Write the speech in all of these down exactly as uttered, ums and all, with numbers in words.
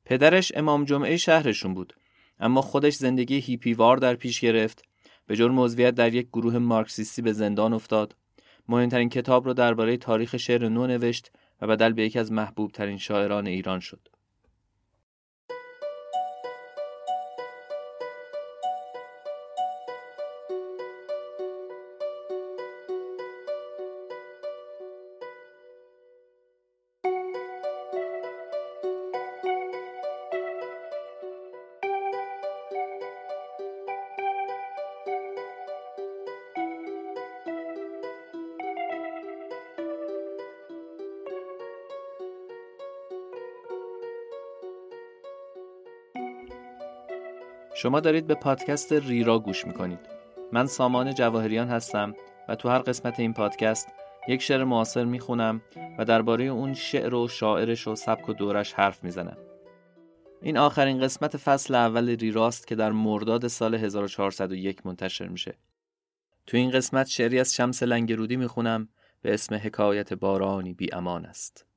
پدرش امام جمعه شهرشون بود، اما خودش زندگی هیپیوار در پیش گرفت. به جرم عضویت در یک گروه مارکسیستی به زندان افتاد. مهمترین کتاب رو درباره تاریخ شعر نو نوشت و بدل به یکی از محبوب ترین شاعران ایران شد. شما دارید به پادکست ریرا گوش میکنید. من سامان جواهریان هستم و تو هر قسمت این پادکست یک شعر معاصر میخونم و درباره اون شعر و شاعرش و سبک و دورش حرف میزنم. این آخرین قسمت فصل اول ریراست که در مرداد سال هزار و چهارصد و یک منتشر میشه. تو این قسمت شعری از شمس لنگرودی میخونم به اسم حکایت بارانی بی امان است.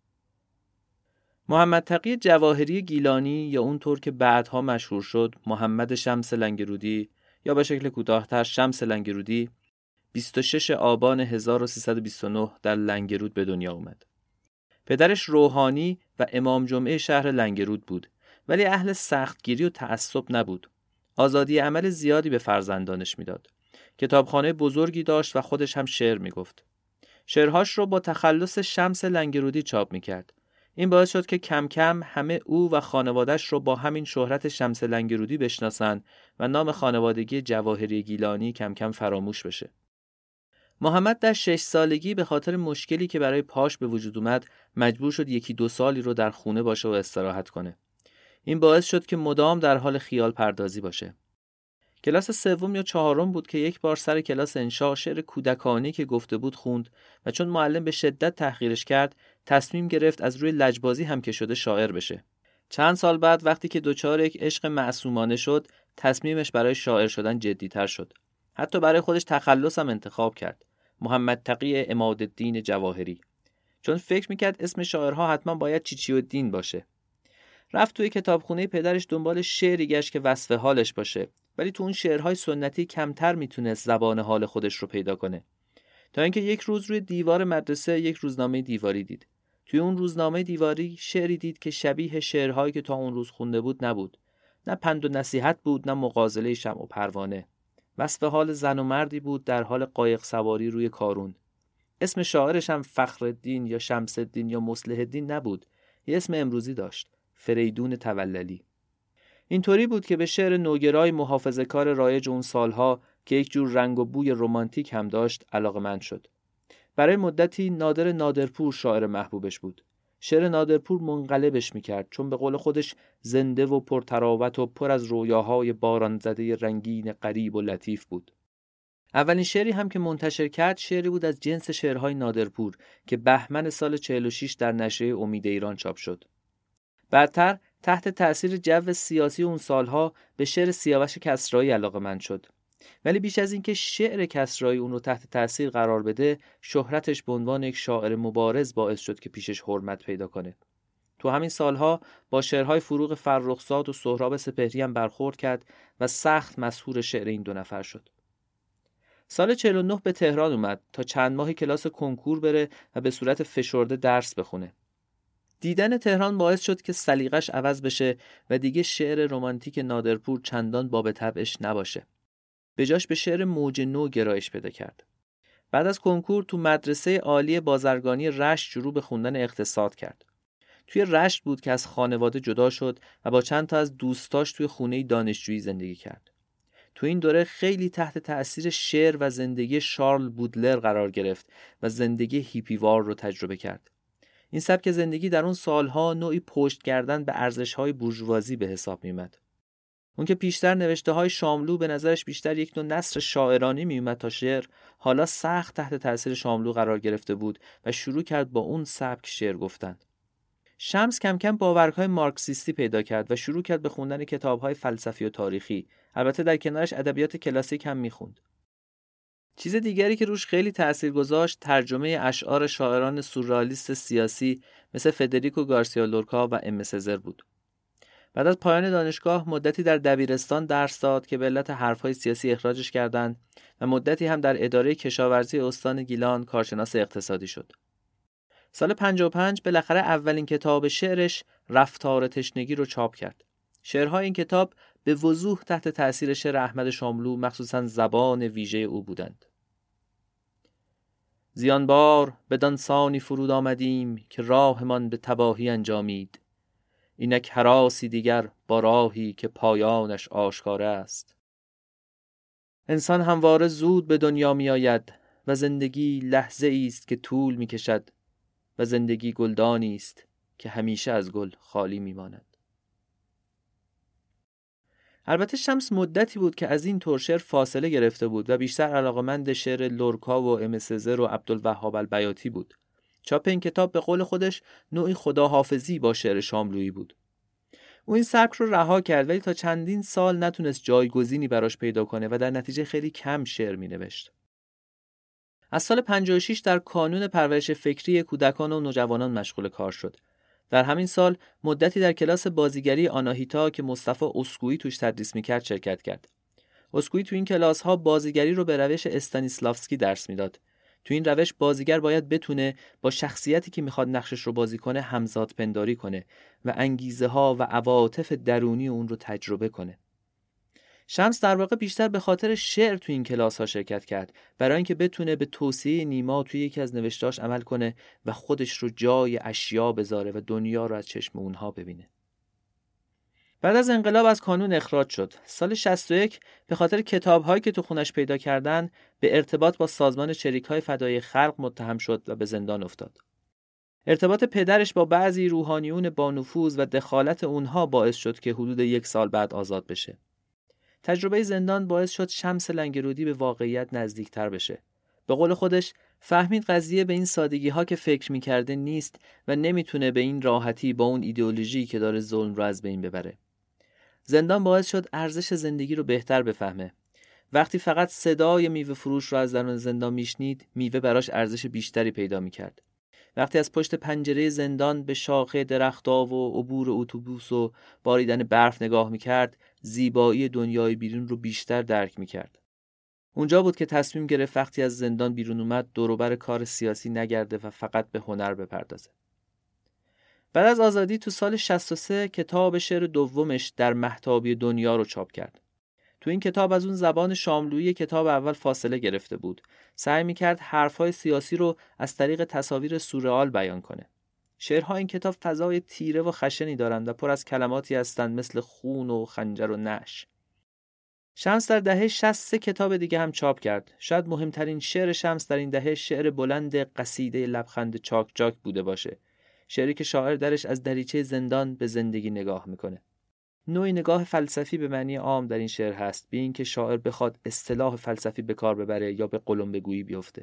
محمد تقی جواهری گیلانی یا اونطور که بعدها مشهور شد محمد شمس لنگرودی یا به شکل کوتاه‌تر شمس لنگرودی بیست و شش آبان هزار و سیصد و بیست و نه در لنگرود به دنیا اومد. پدرش روحانی و امام جمعه شهر لنگرود بود، ولی اهل سختگیری و تعصب نبود. آزادی عمل زیادی به فرزندانش میداد. کتابخانه بزرگی داشت و خودش هم شعر میگفت. شعرهاش رو با تخلص شمس لنگرودی چاپ میکرد. این باعث شد که کم کم همه او و خانواده‌اش رو با همین شهرت شمس لنگرودی بشناسن و نام خانوادگی جواهری گیلانی کم کم فراموش بشه. محمد در شش سالگی به خاطر مشکلی که برای پاش به وجود اومد مجبور شد یکی دو سالی رو در خونه باشه و استراحت کنه. این باعث شد که مدام در حال خیال پردازی باشه. کلاس سوم یا چهارم بود که یک بار سر کلاس انشا شعر کودکانی که گفته بود خوند و چون معلم به شدت تحقیرش کرد تصمیم گرفت از روی لجبازی هم که شده شاعر بشه. چند سال بعد وقتی که دچار یک عشق معصومانه شد تصمیمش برای شاعر شدن جدی‌تر شد. حتی برای خودش تخلص هم انتخاب کرد، محمد تقی عمادالدین جواهری، چون فکر میکرد اسم شاعرها حتما باید چیچی الدین باشه. رفت توی کتابخونه پدرش دنبال شعری گشت که وصف حالش باشه، ولی تو اون شعرهای سنتی کمتر میتونست زبان حال خودش رو پیدا کنه. تا اینکه یک روز روی دیوار مدرسه یک روزنامه دیواری دید. توی اون روزنامه دیواری شعری دید که شبیه شعرهایی که تا اون روز خونده بود نبود. نه پند و نصیحت بود، نه مغازله شمع و پروانه. وصف حال زن و مردی بود در حال قایق سواری روی کارون. اسم شاعرش هم فخرالدین یا شمس الدین یا مصلح الدین نبود. یه اسم امروزی داشت، فریدون توللی. اینطوری بود که به شعر نوگرای محافظه‌کار رایج اون سالها که یک جور رنگ و بوی رمانتیک هم داشت علاقه‌مند شد. برای مدتی نادر نادرپور شاعر محبوبش بود. شعر نادرپور منقلبش میکرد، چون به قول خودش زنده و پرتراوت و پر از رویاهای باران زده رنگین غریب و لطیف بود. اولین شعری هم که منتشر کرد شعری بود از جنس شعرهای نادرپور که بهمن سال چهل و شش در نشریه امید ایران چاپ شد. بعدتر تحت تأثیر جو سیاسی اون سالها به شعر سیاوش کسرایی علاقه‌مند شد. ولی بیش از این که شعر کسرایی اون رو تحت تأثیر قرار بده، شهرتش به عنوان یک شاعر مبارز باعث شد که پیشش حرمت پیدا کنه. تو همین سالها با شعرهای فروغ فرخزاد و سهراب سپهری هم برخورد کرد و سخت مسحور شعر این دو نفر شد. سال چهل و نه به تهران اومد تا چند ماهی کلاس کنکور بره و به صورت فشرده درس بخونه. دیدن تهران باعث شد که سلیقش عوض بشه و دیگه شعر رمانتیک نادرپور چندان باب طبعش نباشه. به جاش به شعر موج نو گرایش پیدا کرد. بعد از کنکور تو مدرسه عالی بازرگانی رشت شروع به خوندن اقتصاد کرد. توی رشت بود که از خانواده جدا شد و با چند تا از دوستاش توی خونه دانشجویی زندگی کرد. تو این دوره خیلی تحت تأثیر شعر و زندگی شارل بودلر قرار گرفت و زندگی هیپیوار رو تجربه کرد. این سبک زندگی در اون سالها نوعی پشت کردن به ارزش‌های بورژوازی به حساب می‌اومد. اون که پیشتر نوشته‌های شاملو به نظرش بیشتر یک نوع نثر شاعرانی میومد تا شعر، حالا سخت تحت تاثیر شاملو قرار گرفته بود و شروع کرد با اون سبک شعر گفتن. شمس کم کم باورهای مارکسیستی پیدا کرد و شروع کرد به خوندن کتاب‌های فلسفی و تاریخی. البته در کنارش ادبیات کلاسیک هم میخوند. چیز دیگری که روش خیلی تأثیر گذاشت ترجمه اشعار شاعران سورئالیست سیاسی مثل فدریکو گارسیا لورکا و ام سزر بود. بعد از پایان دانشگاه مدتی در دبیرستان درس داد که به علت حرفهای سیاسی اخراجش کردند و مدتی هم در اداره کشاورزی استان گیلان کارشناس اقتصادی شد. سال پنجاه و پنج بالاخره اولین کتاب شعرش رفتار تشنگی رو چاپ کرد. شعرهای این کتاب به وضوح تحت تأثیر شعر احمد شاملو مخصوصاً زبان ویژه او بودند. زیانبار بدان سانی فرود آمدیم که راهمان به تباهی انجامید. اینک هراسی دیگر با راهی که پایانش آشکار است. انسان همواره زود به دنیا می آید و زندگی لحظه است که طول می کشد و زندگی گلدانی است که همیشه از گل خالی می ماند. البته شمس مدتی بود که از این طور شعر فاصله گرفته بود و بیشتر علاقه‌مند شعر لورکا و ام سزر و عبدالوهاب البیاتی بود. چاپ این کتاب به قول خودش نوعی خداحافظی با شعر شاملویی بود. او این سبک رو رها کرد ولی تا چندین سال نتونست جایگزینی براش پیدا کنه و در نتیجه خیلی کم شعر می‌نوشت. از سال پنجاه و شش در کانون پرورش فکری کودکان و نوجوانان مشغول کار شد. در همین سال مدتی در کلاس بازیگری آناهیتا که مصطفی اسکویی توش تدریس می‌کرد شرکت کرد. اسکویی تو این کلاس‌ها بازیگری رو به روش استانیسلافسکی درس میداد. تو این روش بازیگر باید بتونه با شخصیتی که میخواد نقشش رو بازی کنه همزاد پنداری کنه و انگیزه ها و عواطف درونی اون رو تجربه کنه. شمس در واقع بیشتر به خاطر شعر تو این کلاس ها شرکت کرد برای اینکه بتونه به توصیه نیما توی یکی از نوشتاش عمل کنه و خودش رو جای اشیا بذاره و دنیا رو از چشم اونها ببینه. بعد از انقلاب از کانون اخراج شد. سال شصت و یک به خاطر کتاب‌هایی که تو خونش پیدا کردن به ارتباط با سازمان چریک‌های فدای خلق متهم شد و به زندان افتاد. ارتباط پدرش با بعضی روحانیون با نفوذ و دخالت اونها باعث شد که حدود یک سال بعد آزاد بشه. تجربه زندان باعث شد شمس لنگرودی به واقعیت نزدیکتر بشه. به قول خودش فهمید قضیه به این سادگی‌ها که فکر می‌کرده نیست و نمیتونه به این راحتی با اون ایدئولوژی که داره ظلم رو از بین ببره. زندان باعث شد ارزش زندگی رو بهتر بفهمه. وقتی فقط صدای میوه فروش رو از درون زندان میشنید، میوه براش ارزش بیشتری پیدا میکرد. وقتی از پشت پنجره زندان به شاخه درخت‌ها و عبور اتوبوس و باریدن برف نگاه میکرد، زیبایی دنیای بیرون رو بیشتر درک میکرد. اونجا بود که تصمیم گرفت وقتی از زندان بیرون اومد دور و بر کار سیاسی نگرده و فقط به هنر بپردازه. بعد از آزادی تو سال شصت و سه کتاب شعر دومش در مهتابی دنیا رو چاپ کرد. تو این کتاب از اون زبان شاملویی کتاب اول فاصله گرفته بود. سعی می‌کرد حرف‌های سیاسی رو از طریق تصاویر سورئال بیان کنه. شعرها این کتاب فضای تیره و خشنی دارند و پر از کلماتی هستند مثل خون و خنجر و نعش. شمس در دهه شصت سه کتاب دیگه هم چاپ کرد. شاید مهمترین شعر شمس در این دهه شعر بلند قصیده لبخند چاک چاک بوده باشه. شعری که شاعر درش از دریچه زندان به زندگی نگاه میکنه. نوعی نگاه فلسفی به معنی عام در این شعر هست، بی این که شاعر بخواد اصطلاح فلسفی به کار ببره یا به قلمبه‌گویی بیفته.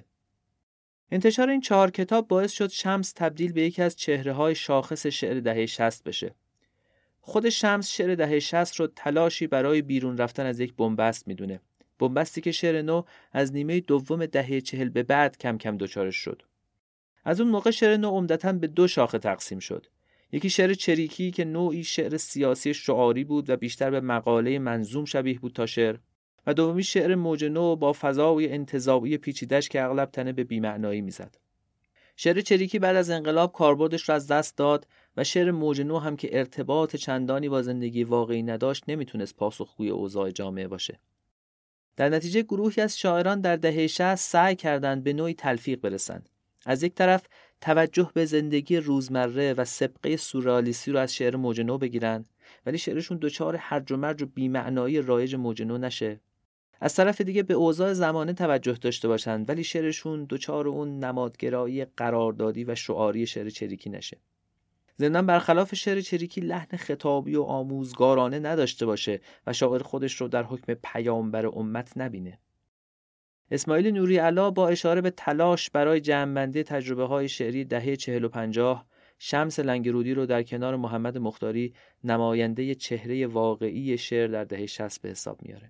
انتشار این چهار کتاب باعث شد شمس تبدیل به یکی از چهره‌های شاخص شعر دهه شصت بشه. خود شمس شعر دهه شصت رو تلاشی برای بیرون رفتن از یک بنبست میدونه. بنبستی که شعر نو از نیمه دوم دهه چهل به بعد کم کم دچارش شد. از اون موقع شعر نو عمدتاً به دو شاخه تقسیم شد. یکی شعر چریکی که نوعی شعر سیاسی شعاری بود و بیشتر به مقاله منظوم شبیه بود تا شعر، و دومی شعر موج نو با فضای انتزاعی پیچیده‌اش که اغلب تنه به بی‌معنایی میزد. شعر چریکی بعد از انقلاب کاربردش را از دست داد و شعر موج نو هم که ارتباط چندانی با زندگی واقعی نداشت نمیتونست پاسخگوی اوضاع جامعه باشه. در نتیجه گروهی از شاعران در دهه شصت سعی کردند به نوعی تلفیق برسند. از یک طرف توجه به زندگی روزمره و سبقه سورئالیستی رو از شعر موج نو بگیرن، ولی شعرشون دچار هرج و مرج و بی‌معنایی رایج موج نو نشه. از طرف دیگه به اوضاع زمانه توجه داشته باشن، ولی شعرشون دچار اون نمادگرایی قراردادی و شعاری شعر چریکی نشه. ضمن برخلاف شعر چریکی لحن خطابی و آموزگارانه نداشته باشه و شاعر خودش رو در حکم پیامبر امت نبینه. اسماعیل نوری علا با اشاره به تلاش برای جمع‌بندی تجربه‌های شعری دهه چهل و پنجاه، شمس لنگرودی رو در کنار محمد مختاری نماینده چهره واقعی شعر در دهه شصت به حساب میاره.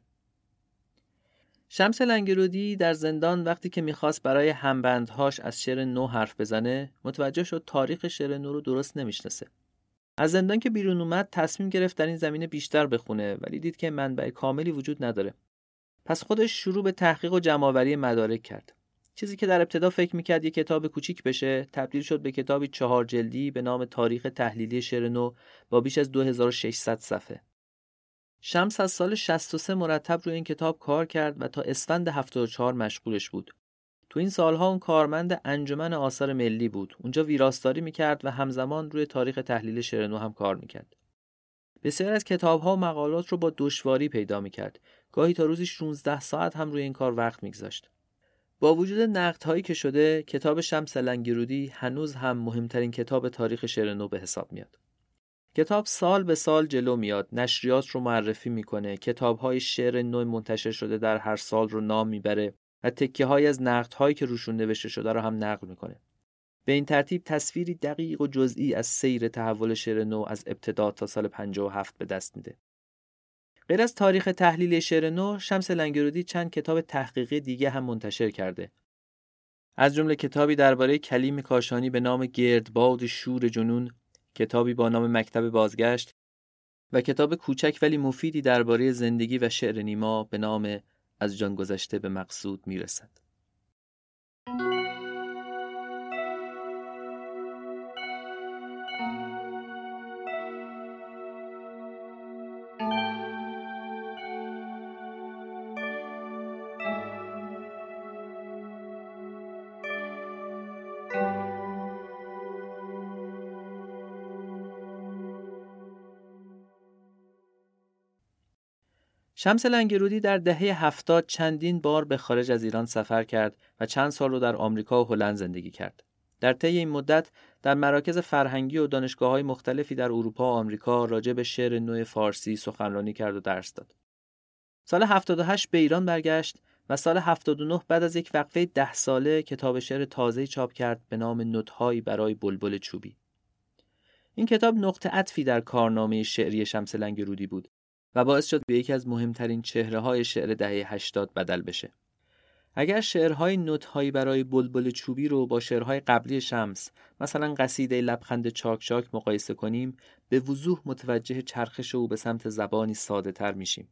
شمس لنگرودی در زندان وقتی که میخواست برای همبندهاش از شعر نو حرف بزنه، متوجه شد تاریخ شعر نو رو درست نمیشناسه. از زندان که بیرون اومد تصمیم گرفت در این زمینه بیشتر بخونه، ولی دید که منبع کاملی وجود نداره. پس خودش شروع به تحقیق و جمع‌آوری مدارک کرد. چیزی که در ابتدا فکر می‌کرد یک کتاب کوچیک بشه، تبدیل شد به کتابی چهار جلدی به نام تاریخ تحلیلی شعر نو با بیش از دو هزار و ششصد صفحه. شمس از سال شصت و سه مرتب روی این کتاب کار کرد و تا اسفند هفتاد و چهار مشغولش بود. تو این سالها اون کارمند انجمن آثار ملی بود. اونجا ویراستاری می‌کرد و همزمان روی تاریخ تحلیل شعر نو هم کار می‌کرد. بسیار از کتاب‌ها و مقالات رو با دشواری پیدا می‌کرد. گاهی تا روزی شانزده ساعت هم روی این کار وقت می‌گذاشت. با وجود نقدهایی که شده، کتاب شمس لنگرودی هنوز هم مهمترین کتاب تاریخ شعر نو به حساب میاد. کتاب سال به سال جلو میاد، نشریات رو معرفی میکنه، کتاب‌های شعر نو منتشر شده در هر سال رو نام میبره و تکه‌های از نقدهایی که روشون نوشته شده رو هم نقل میکنه. به این ترتیب تصویری دقیق و جزئی از سیر تحول شعر نو از ابتدا تا سال پنجاه و هفت به دست میده. غیر از تاریخ تحلیلی شعر نو، شمس لنگرودی چند کتاب تحقیقی دیگه هم منتشر کرده. از جمله کتابی درباره کلیم کاشانی به نام گردباد شور جنون، کتابی با نام مکتب بازگشت و کتاب کوچک ولی مفیدی درباره زندگی و شعر نیما به نام از جان گذشته به مقصود میرسد. شمس لنگرودی در دهه هفتاد چندین بار به خارج از ایران سفر کرد و چند سال رو در آمریکا و هلند زندگی کرد. در طی این مدت در مراکز فرهنگی و دانشگاه‌های مختلفی در اروپا و آمریکا راجع به شعر نو فارسی سخنرانی کرد و درس داد. سال هفتاد و هشت به ایران برگشت و سال هفتاد و نه بعد از یک وقفه ده ساله کتاب شعر تازه‌ای چاپ کرد به نام نوت‌هایی برای بلبل چوبی. این کتاب نقطه عطفی در کارنامه شعری شمس لنگرودی بود و باعث شد به یکی از مهمترین چهره‌های شعر دهه هشتاد بدل بشه. اگر شعرهای نوت‌هایی برای بلبل چوبی رو با شعرهای قبلی شمس، مثلا قصیده لبخند چاک چاک مقایسه کنیم، به وضوح متوجه چرخش او به سمت زبانی ساده‌تر میشیم.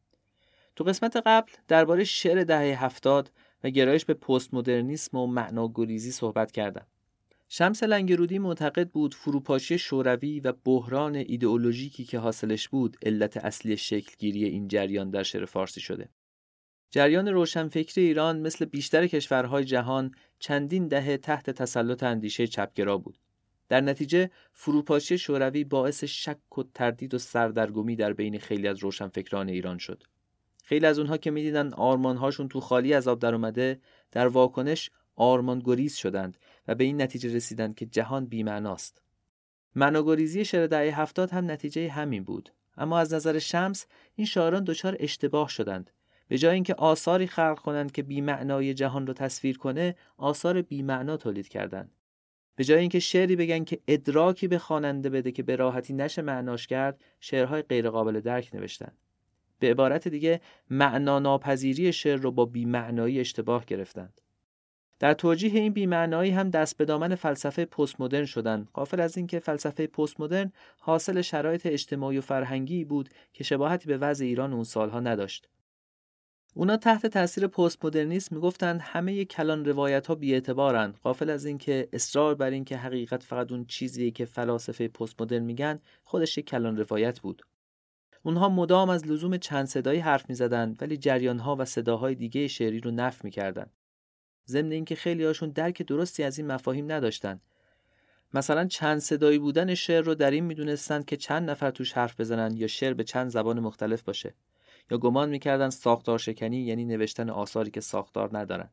تو قسمت قبل درباره شعر دهه هفتاد و گرایش به پست مدرنیسم و معناگریزی صحبت کردم. شمس لنگرودی معتقد بود فروپاشی شوروی و بحران ایدئولوژیکی که حاصلش بود علت اصلی شکلگیری این جریان در شعر فارسی شده. جریان روشنفکری ایران مثل بیشتر کشورهای جهان چندین دهه تحت تسلط اندیشه چپگرا بود. در نتیجه فروپاشی شوروی باعث شک و تردید و سردرگمی در بین خیلی از روشنفکران ایران شد. خیلی از اونها که می‌دیدن آرمان‌هاشون تو خالی از آب در اومده، در واکنش آرمان‌گریز شدند و به این نتیجه رسیدند که جهان بی‌معناست. معناگریزی شعر دهه هفتاد هم نتیجه همین بود. اما از نظر شمس این شاعران دچار اشتباه شدند. به جای اینکه آثاری خلق کنند که بی‌معنای جهان رو تصویر کنه، آثار بی‌معنا تولید کردند. به جای اینکه شعری بگن که ادراکی به خواننده بده که به راحتی نشه معناش کرد، شعرهای غیر قابل درک نوشتند. به عبارت دیگه معنا ناپذیری شعر رو با بی‌معنایی اشتباه گرفتند. در توجیه این بی‌معنایی هم دست به دامن فلسفه پست مدرن شدند، غافل از اینکه فلسفه پست مدرن حاصل شرایط اجتماعی و فرهنگی بود که شباهتی به وضع ایران اون سالها نداشت. اونا تحت تاثیر پست مدرنیسم میگفتند همه کلان روایت‌ها بی‌اعتبارن، غافل از اینکه اصرار بر این که حقیقت فقط اون چیزیه که فلاسفه پست مدرن میگن خودش یک کلان روایت بود. اونها مدام از لزوم چند صدایی حرف می‌زدند ولی جریان‌ها و صداهای دیگه شعری رو نفی می‌کردند. ضمن اینکه خیلی هاشون درک درستی از این مفاهیم نداشتن. مثلا چند صدایی بودن شعر رو در این میدونستند که چند نفر توش حرف بزنن یا شعر به چند زبان مختلف باشه، یا گمان میکردن ساختار شکنی یعنی نوشتن آثاری که ساختار ندارن.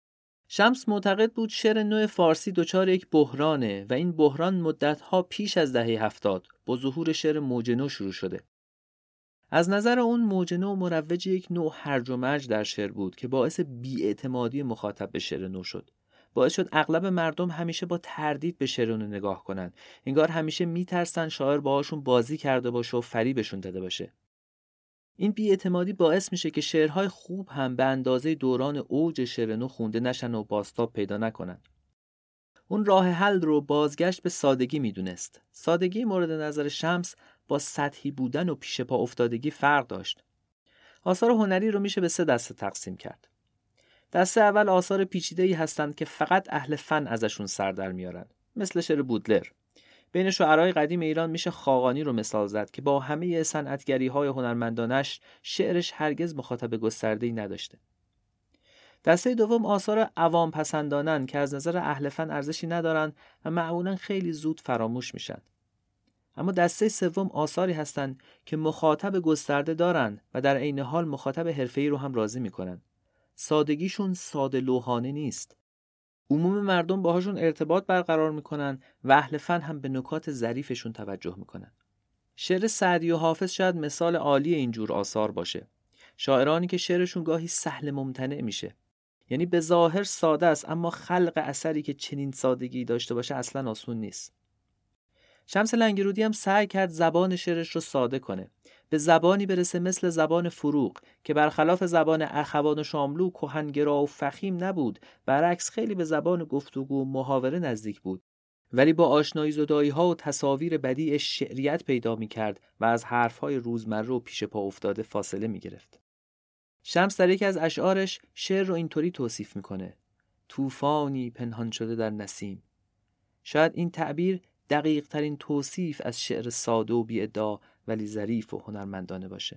شمس معتقد بود شعر نو فارسی دچار یک بحرانه و این بحران مدتها پیش از دهه هفتاد با ظهور شعر موج نو شروع شده. از نظر اون موج نو مروج یک نوع هرج و مرج در شعر بود که باعث بی‌اعتمادی مخاطب به شعر نو شد. باعث شد اغلب مردم همیشه با تردید به شعر نو نگاه کنن. انگار همیشه میترسن شاعر باهاشون بازی کرده باشه و فریبشون داده باشه. این بی‌اعتمادی باعث میشه که شعرهای خوب هم به اندازه دوران اوج شعر نو خونده نشن و بازتاب پیدا نکنن. اون راه حل رو بازگشت به سادگی میدونست. سادگی مورد نظر شمس با سطحی بودن و پیش پا افتادگی فرق داشت. آثار هنری رو میشه به سه دسته تقسیم کرد. دسته اول آثار پیچیده‌ای هستند که فقط اهل فن ازشون سر در میارن، مثل شعر بودلر. بین شعرهای قدیم ایران میشه خاقانی رو مثال زد که با همه صنعتگری‌های هنرمندانش شعرش هرگز مخاطب گسترده‌ای نداشته. دسته دوم آثار عوام پسندانن که از نظر اهل فن ارزشی ندارن و معمولاً خیلی زود فراموش میشن. اما دسته سوم آثاری هستند که مخاطب گسترده دارن و در عین حال مخاطب حرفه‌ای رو هم راضی میکنن. سادگیشون ساده لوحانه نیست. عموم مردم باهاشون ارتباط برقرار میکنن و اهل فن هم به نکات ظریفشون توجه میکنن. شعر سعدی و حافظ شاید مثال عالی اینجور آثار باشه. شاعرانی که شعرشون گاهی سهل ممتنع میشه. یعنی به ظاهر ساده است اما خلق اثری که چنین سادگی داشته باشه اصلا آسون نیست. شمس لنگرودی هم سعی کرد زبان شعرش رو ساده کنه. به زبانی برسه مثل زبان فروغ که برخلاف زبان اخوان و شاملو کهنگرا و فخیم نبود، برعکس خیلی به زبان گفتگو و محاوره نزدیک بود، ولی با آشنایی زدایی ها و تصاویر بدیع شعریت پیدا می کرد و از حرف های روزمره و پیش پا افتاده فاصله می گرفت. شمس در یکی از اشعارش شعر رو اینطوری توصیف میکنه: طوفانی پنهان شده در نسیم. شاید این تعبیر دقیق ترین توصیف از شعر ساده و بی‌ادعا ولی ظریف و هنرمندانه باشه.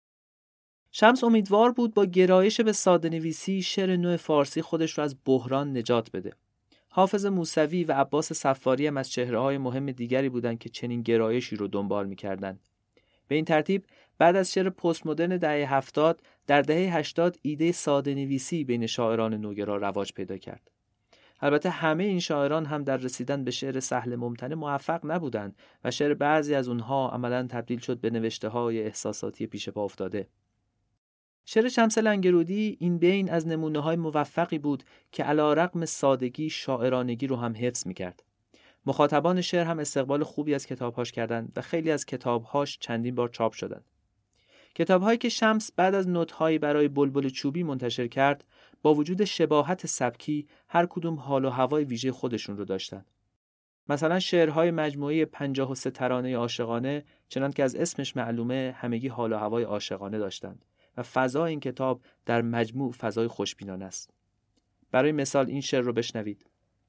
شمس امیدوار بود با گرایش به ساده نویسی شعر نو فارسی خودش رو از بحران نجات بده. حافظ موسوی و عباس صفاری هم از چهره‌های مهم دیگری بودند که چنین گرایشی رو دنبال می‌کردند. به این ترتیب بعد از شعر پست مدرن دهه هفتاد، در دهه هشتاد ایده ساده نویسی بین شاعران نوگرا رواج پیدا کرد. البته همه این شاعران هم در رسیدن به شعر سهل ممتنع موفق نبودند و شعر بعضی از اونها عملاً تبدیل شد به نوشته‌های احساساتی پیش پا افتاده. شعر شمس لنگرودی این بین از نمونه‌های موفقی بود که علی‌رغم سادگی شاعرانگی رو هم حفظ می‌کرد. مخاطبان شعر هم استقبال خوبی از کتاب‌هاش کردند و خیلی از کتاب‌هاش چندین بار چاپ شدند. کتاب‌هایی که شمس بعد از نوت‌هایی برای بلبل چوبی منتشر کرد، با وجود شباهت سبکی هر کدوم حال و هوای ویژه خودشون رو داشتند. مثلا شعرهای مجموعه پنجاه و سه ترانه عاشقانه چنان که از اسمش معلومه همگی حال و هوای عاشقانه داشتند و فضای این کتاب در مجموع فضای خوشبینانه است. برای مثال این شعر رو بشنوید: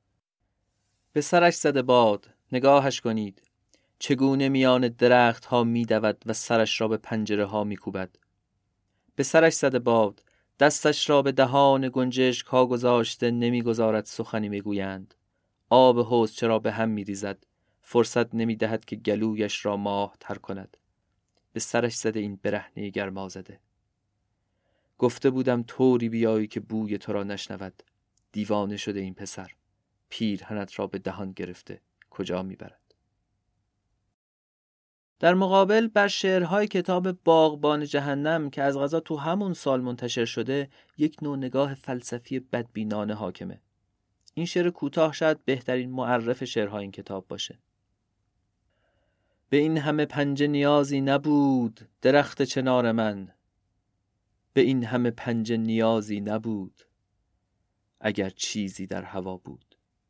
به سرش زده باد، نگاهش کنید، چگونه میان درخت ها می دود و سرش را به پنجره ها می کوبد. به سرش زده باد، دستش را به دهان گنجشک ها گذاشته نمی گذارد سخنی می گویند. آب حوض چرا به هم می ریزد، فرصت نمی دهد که گلویش را ماه تر کند. به سرش زده این برهنه گرما زده. گفته بودم طوری بیایی که بوی تو را نشنود. دیوانه شده این پسر، پیرهنت را به دهان گرفته کجا می برد. در مقابل بر شعرهای کتاب باغبان جهنم که از قضا تو همون سال منتشر شده یک نوع نگاه فلسفی بدبینانه حاکمه. این شعر کوتاه شاید بهترین معرف شعرهای این کتاب باشه. به این همه پنجه نیازی نبود درخت چنار من، به این همه پنجه نیازی نبود اگر چیزی در هوا بود.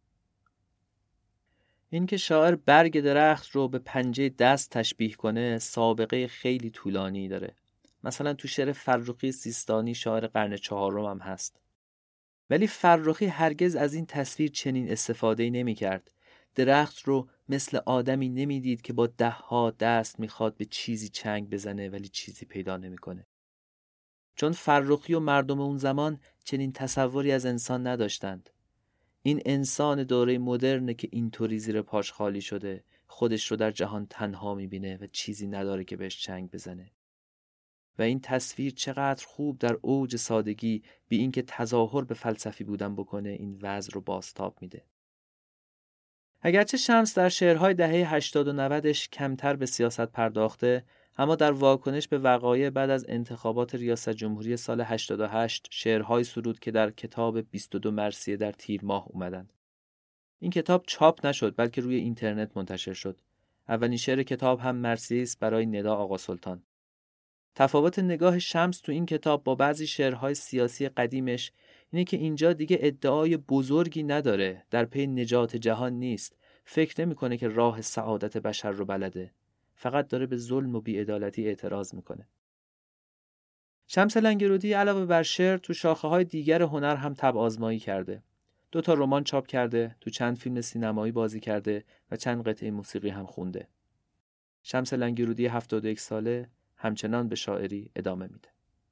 این که شاعر برگ درخت رو به پنجه دست تشبیه کنه سابقه خیلی طولانی داره. مثلا تو شعر فرخی سیستانی شاعر قرن چهارم هم هست. ولی فرخی هرگز از این تصویر چنین استفاده‌ای نمی کرد. درخت رو مثل آدمی نمی دید که با ده ها دست میخواد به چیزی چنگ بزنه ولی چیزی پیدا نمی کنه. چون فرخی و مردم اون زمان چنین تصوری از انسان نداشتند. این انسان دوره مدرنه که اینطوری زیر پاش خالی شده، خودش رو در جهان تنها میبینه و چیزی نداره که بهش چنگ بزنه. و این تصویر چقدر خوب در اوج سادگی بی اینکه تظاهر به فلسفی بودن بکنه این وضع رو بازتاب میده. اگرچه شمس در شعرهای دهه هشتاد و نودش کمتر به سیاست پرداخته، اما در واکنش به وقایع بعد از انتخابات ریاست جمهوری سال هشتاد و هشت شعرهای سرود که در کتاب بیست و دو مرثیه در تیر ماه اومدند. این کتاب چاپ نشد بلکه روی اینترنت منتشر شد. اولین شعر کتاب هم مرثیه است برای ندا آقا سلطان. تفاوت نگاه شمس تو این کتاب با بعضی شعرهای سیاسی قدیمش اینه که اینجا دیگه ادعای بزرگی نداره، در پی نجات جهان نیست، فکر نمیکنه که راه سعادت بشر رو بلده، فقط داره به ظلم و بی‌عدالتی اعتراض میکنه. شمس لنگرودی علاوه بر شعر تو شاخه‌های دیگر هنر هم طبع آزمایی کرده. دو تا رمان چاپ کرده، تو چند فیلم سینمایی بازی کرده و چند قطعه موسیقی هم خونده. شمس لنگرودی هفتاد و یک ساله همچنان به شاعری ادامه میده.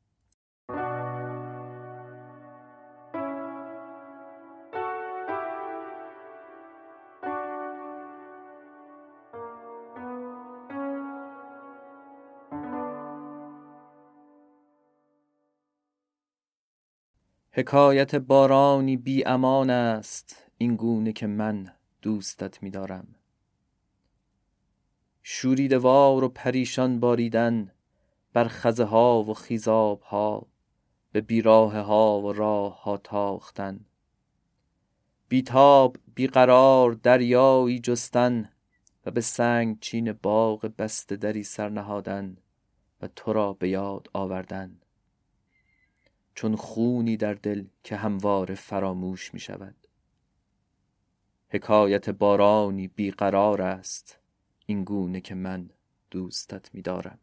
حکایت بارانی بی امان است این گونه که من دوستت می دارم. شوریده وار و پریشان باریدن بر خزه ها و خیزاب ها، به بیراه ها و راه ها تاختن. بیتاب بیقرار دریایی جستن و به سنگ چین باغ بسته دری سر نهادن و تو را به یاد آوردن. چون خونی در دل که همواره فراموش می شود. حکایت بارانی بیقرار است این گونه که من دوستت می دارم.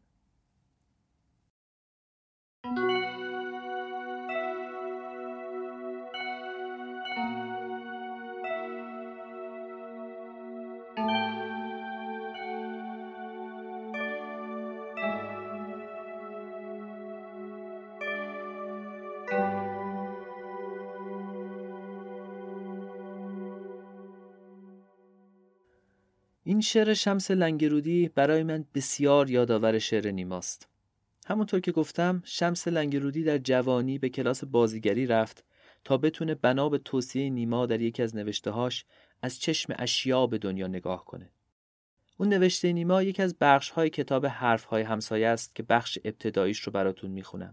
این شعر شمس لنگرودی برای من بسیار یادآور شعر نیماست. همونطور که گفتم شمس لنگرودی در جوانی به کلاس بازیگری رفت تا بتونه بنا به توصیه نیما در یکی از نوشته‌هاش از چشم اشیا به دنیا نگاه کنه. اون نوشته نیما یکی از بخش‌های کتاب حرف‌های همسایه است که بخش ابتداییش رو براتون میخونم.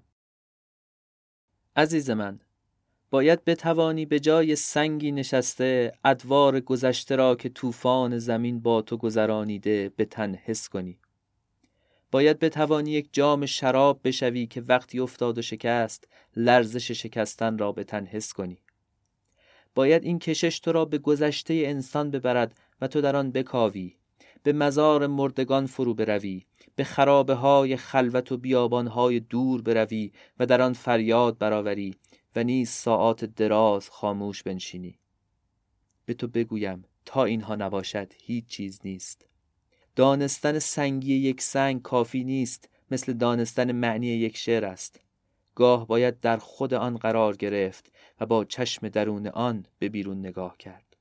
عزیز من، باید بتوانی به جای سنگی نشسته ادوار گذشته را که طوفان زمین با تو گذرانیده به تن حس کنی. باید بتوانی یک جام شراب بشوی که وقتی افتاد و شکست لرزش شکستن را به تن حس کنی. باید این کشش تو را به گذشته انسان ببرد و تو در آن بکاوی، به مزار مردگان فرو بروی، به خرابه های خلوت و بیابان های دور بروی و در آن فریاد برآوری و نیز ساعات دراز خاموش بنشینی. به تو بگویم تا اینها نباشد هیچ چیز نیست. دانستن سنگی یک سنگ کافی نیست، مثل دانستن معنی یک شعر است. گاه باید در خود آن قرار گرفت و با چشم درون آن به بیرون نگاه کرد.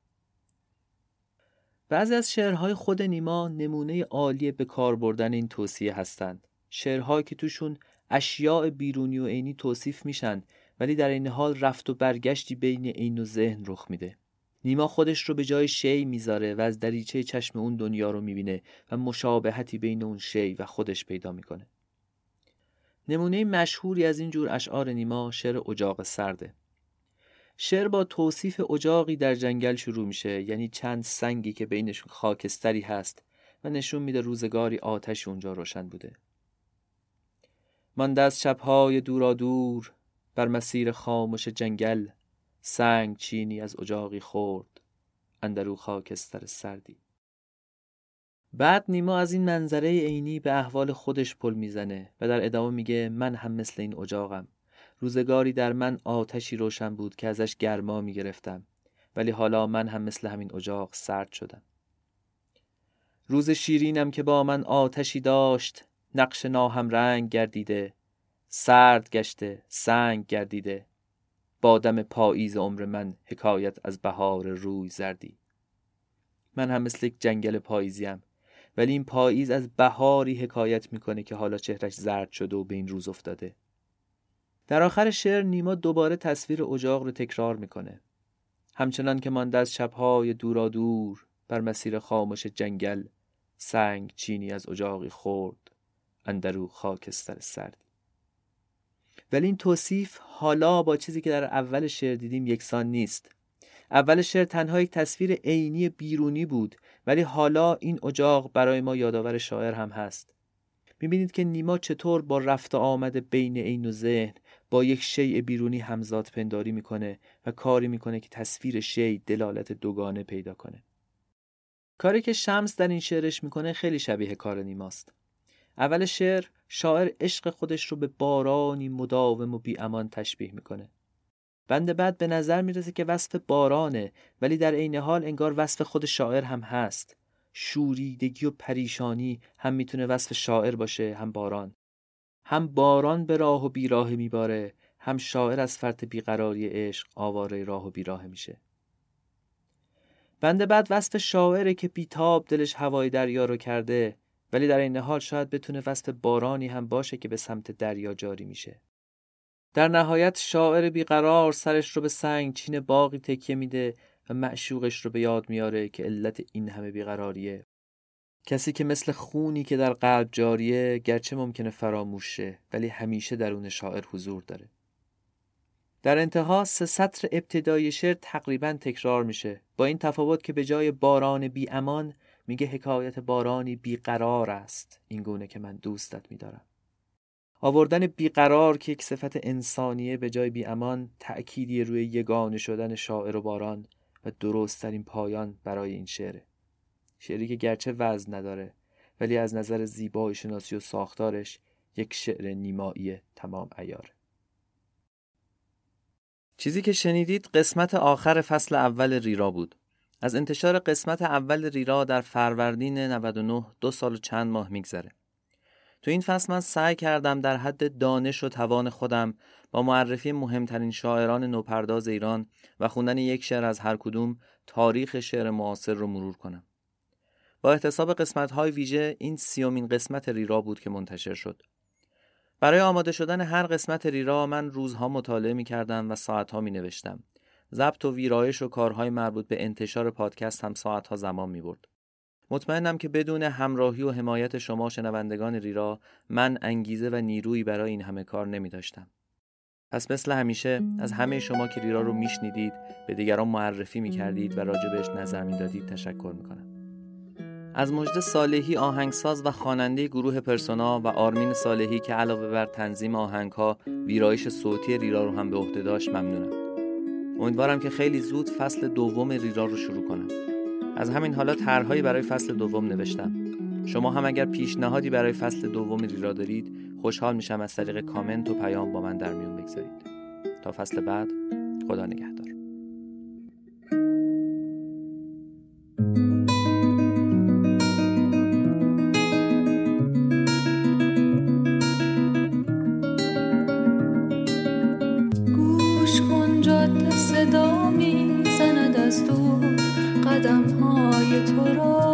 بعضی از شعرهای خود نیما نمونه عالی به کار بردن این توصیه هستند. شعرهایی که توشون اشیاء بیرونی و عینی توصیف میشن ولی در این حال رفت و برگشتی بین عین و ذهن رخ میده. نیما خودش رو به جای شی میذاره و از دریچه چشم اون دنیا رو میبینه و مشابهتی بین اون شی و خودش پیدا میکنه. نمونه مشهوری از این جور اشعار نیما شعر اجاق سرده. شعر با توصیف اجاقی در جنگل شروع میشه، یعنی چند سنگی که بینشون خاکستری هست و نشون میده روزگاری آتش اونجا روشن بوده. مانده از شبهای دورا دور بر مسیر خاموش جنگل، سنگ چینی از اجاقی خورد اندرو خاکستر سردی. بعد نیما از این منظره عینی به احوال خودش پل میزنه و در ادامه میگه من هم مثل این اجاقم. روزگاری در من آتشی روشن بود که ازش گرما میگرفتم، ولی حالا من هم مثل همین اجاق سرد شدم. روز شیرینم که با من آتشی داشت، نقش ناهم رنگ گردیده، سرد گشته سنگ گردیده. با دم پاییز عمر من حکایت از بهار روی زردی. من هم مثل یک جنگل پاییزیم، ولی این پاییز از بهاری حکایت میکنه که حالا چهرش زرد شده و به این روز افتاده. در آخر شعر نیما دوباره تصویر اجاق رو تکرار میکنه. همچنان که مانده از شبهای دورا دور بر مسیر خاموش جنگل، سنگ چینی از اجاقی خورد اندرو خاکستر سردی. ولی این توصیف حالا با چیزی که در اول شعر دیدیم یکسان نیست. اول شعر تنها یک تصویر عینی بیرونی بود، ولی حالا این اجاق برای ما یادآور شاعر هم هست. میبینید که نیما چطور با رفت و آمد بین عین و ذهن، با یک شیء بیرونی همزاد پنداری میکنه و کاری میکنه که تصویر شیء دلالت دوگانه پیدا کنه. کاری که شمس در این شعرش میکنه خیلی شبیه کار نیماست. اول شعر شاعر عشق خودش رو به بارانی مداوم و بی امان تشبیه میکنه. بند بعد به نظر میرسه که وصف بارانه، ولی در عین حال انگار وصف خود شاعر هم هست. شوریدگی و پریشانی هم میتونه وصف شاعر باشه، هم باران. هم باران به راه و بیراه میباره، هم شاعر از فرط بیقراری عشق آواره راه و بیراه میشه. بند بعد وصف شاعره که بیتاب دلش هوای دریا رو کرده، ولی در این حال شاید بتونه وصف بارانی هم باشه که به سمت دریا جاری میشه. در نهایت شاعر بیقرار سرش رو به سنگ چین باغی تکیه میده و معشوقش رو به یاد میاره که علت این همه بیقراریه. کسی که مثل خونی که در قلب جاریه، گرچه ممکنه فراموش شه ولی همیشه درون شاعر حضور داره. در انتها سه سطر ابتدای شعر تقریباً تکرار میشه، با این تفاوت که به جای باران بی امان میگه حکایت بارانی بیقرار است، این گونه که من دوستت میدارم. آوردن بیقرار که یک صفت انسانیه به جای بی امان تأکیدی روی یگانه شدن شاعر و باران و درست ترین پایان برای این شعره. شعری که گرچه وزن نداره ولی از نظر زیبایی شناسی و ساختارش یک شعر نیمایی تمام عیاره. چیزی که شنیدید قسمت آخر فصل اول ریرا بود. از انتشار قسمت اول ریرا در فروردین نود و نه دو سال و چند ماه میگذره. تو این فصل من سعی کردم در حد دانش و توان خودم با معرفی مهمترین شاعران نوپرداز ایران و خوندن یک شعر از هر کدوم تاریخ شعر معاصر رو مرور کنم. با احتساب قسمت‌های ویژه این سیومین قسمت ریرا بود که منتشر شد. برای آماده شدن هر قسمت ریرا من روزها مطالعه می‌کردم و ساعت‌ها می‌نوشتم. ضبط و ویرایش و کارهای مربوط به انتشار پادکست هم ساعت‌ها زمان می‌برد. مطمئنم که بدون همراهی و حمایت شما شنوندگان ریرا من انگیزه و نیرویی برای این همه کار نمی‌داشتم. پس مثل همیشه از همه شما که ریرا رو میشنیدید، به دیگران معرفی می‌کردید و راجبش نظر می‌دادید تشکر می‌کنم. از مجد صالحی آهنگساز و خواننده گروه پرسونا و آرمین صالحی که علاوه بر تنظیم آهنگ‌ها ویرایش صوتی ریرا رو هم به عهده داشت ممنونم. امیدوارم که خیلی زود فصل دوم ریرا رو شروع کنم. از همین حالا طرح‌هایی برای فصل دوم نوشتم. شما هم اگر پیشنهادی برای فصل دوم ریرا دارید، خوشحال میشم از طریق کامنت و پیام با من در میون بگذارید. تا فصل بعد، خدا نگهدار. گوش کن جاده صدا میزند از دور، قدم های تو را